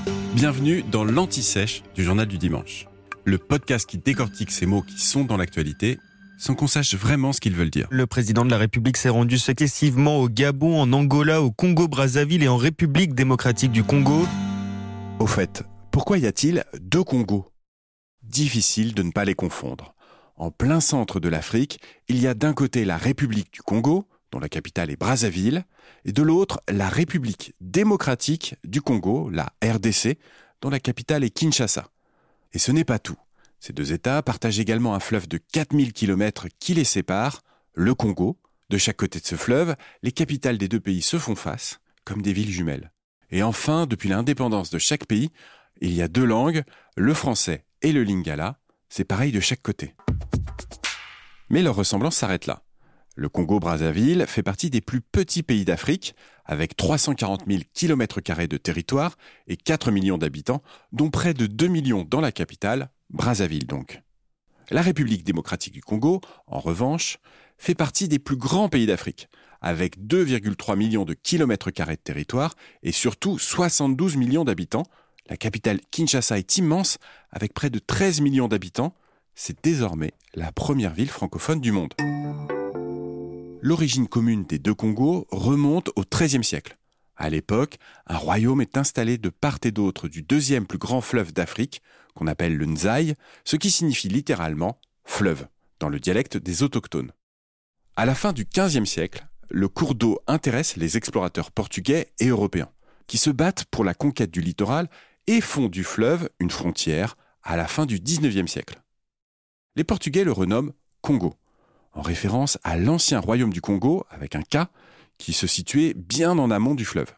Bienvenue dans l'Anti-Sèche du Journal du Dimanche. Le podcast qui décortique ces mots qui sont dans l'actualité sans qu'on sache vraiment ce qu'ils veulent dire. Le président de la République s'est rendu successivement au Gabon, en Angola, au Congo-Brazzaville et en République démocratique du Congo. Au fait, pourquoi y a-t-il deux Congos ? Difficile de ne pas les confondre. En plein centre de l'Afrique, il y a d'un côté la République du Congo, dont la capitale est Brazzaville, et de l'autre, la République démocratique du Congo, la RDC, dont la capitale est Kinshasa. Et ce n'est pas tout. Ces deux États partagent également un fleuve de 4000 km qui les sépare, le Congo. De chaque côté de ce fleuve, les capitales des deux pays se font face, comme des villes jumelles. Et enfin, depuis l'indépendance de chaque pays, il y a deux langues, le français et le lingala, c'est pareil de chaque côté. Mais leur ressemblance s'arrête là. Le Congo-Brazzaville fait partie des plus petits pays d'Afrique, avec 340 000 km² de territoire et 4 millions d'habitants, dont près de 2 millions dans la capitale, Brazzaville donc. La République démocratique du Congo, en revanche, fait partie des plus grands pays d'Afrique, avec 2,3 millions de km² de territoire et surtout 72 millions d'habitants. La capitale Kinshasa est immense, avec près de 13 millions d'habitants. C'est désormais la première ville francophone du monde. L'origine commune des deux Congos remonte au XIIIe siècle. À l'époque, un royaume est installé de part et d'autre du deuxième plus grand fleuve d'Afrique, qu'on appelle le Nzaï, ce qui signifie littéralement « fleuve » dans le dialecte des autochtones. À la fin du XVe siècle, le cours d'eau intéresse les explorateurs portugais et européens, qui se battent pour la conquête du littoral et font du fleuve une frontière à la fin du XIXe siècle. Les Portugais le renomment Congo, en référence à l'ancien royaume du Congo, avec un K, qui se situait bien en amont du fleuve.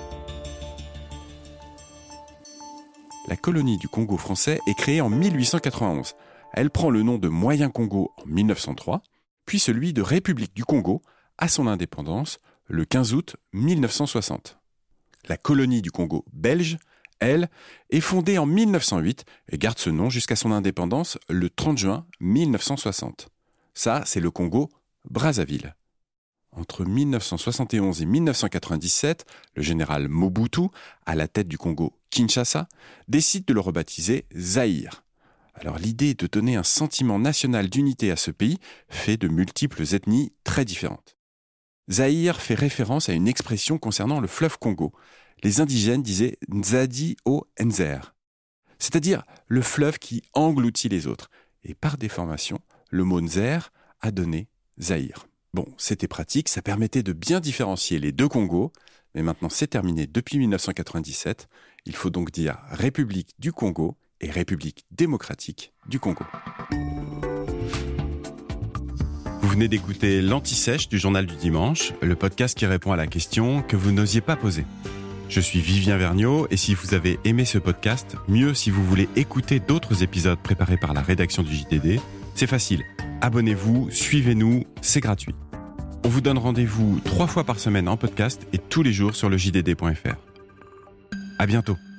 La colonie du Congo français est créée en 1891. Elle prend le nom de Moyen Congo en 1903, puis celui de République du Congo à son indépendance le 15 août 1960. La colonie du Congo belge, elle, est fondée en 1908 et garde ce nom jusqu'à son indépendance le 30 juin 1960. Ça, c'est le Congo-Brazzaville. Entre 1971 et 1997, le général Mobutu, à la tête du Congo-Kinshasa, décide de le rebaptiser Zaïre. Alors l'idée est de donner un sentiment national d'unité à ce pays, fait de multiples ethnies très différentes. Zaïre fait référence à une expression concernant le fleuve Congo. Les indigènes disaient « Nzadi o Nzer », c'est-à-dire le fleuve qui engloutit les autres. Et par déformation, le mot Nzer a donné Zaïre. Bon, c'était pratique, ça permettait de bien différencier les deux Congos, mais maintenant c'est terminé depuis 1997. Il faut donc dire République du Congo et République démocratique du Congo. Vous venez d'écouter l'Anti-Sèche du Journal du Dimanche, le podcast qui répond à la question que vous n'osiez pas poser. Je suis Vivien Vergniaud et si vous avez aimé ce podcast, mieux si vous voulez écouter d'autres épisodes préparés par la rédaction du JDD, c'est facile. Abonnez-vous, suivez-nous, c'est gratuit. On vous donne rendez-vous 3 fois par semaine en podcast et tous les jours sur le JDD.fr. À bientôt.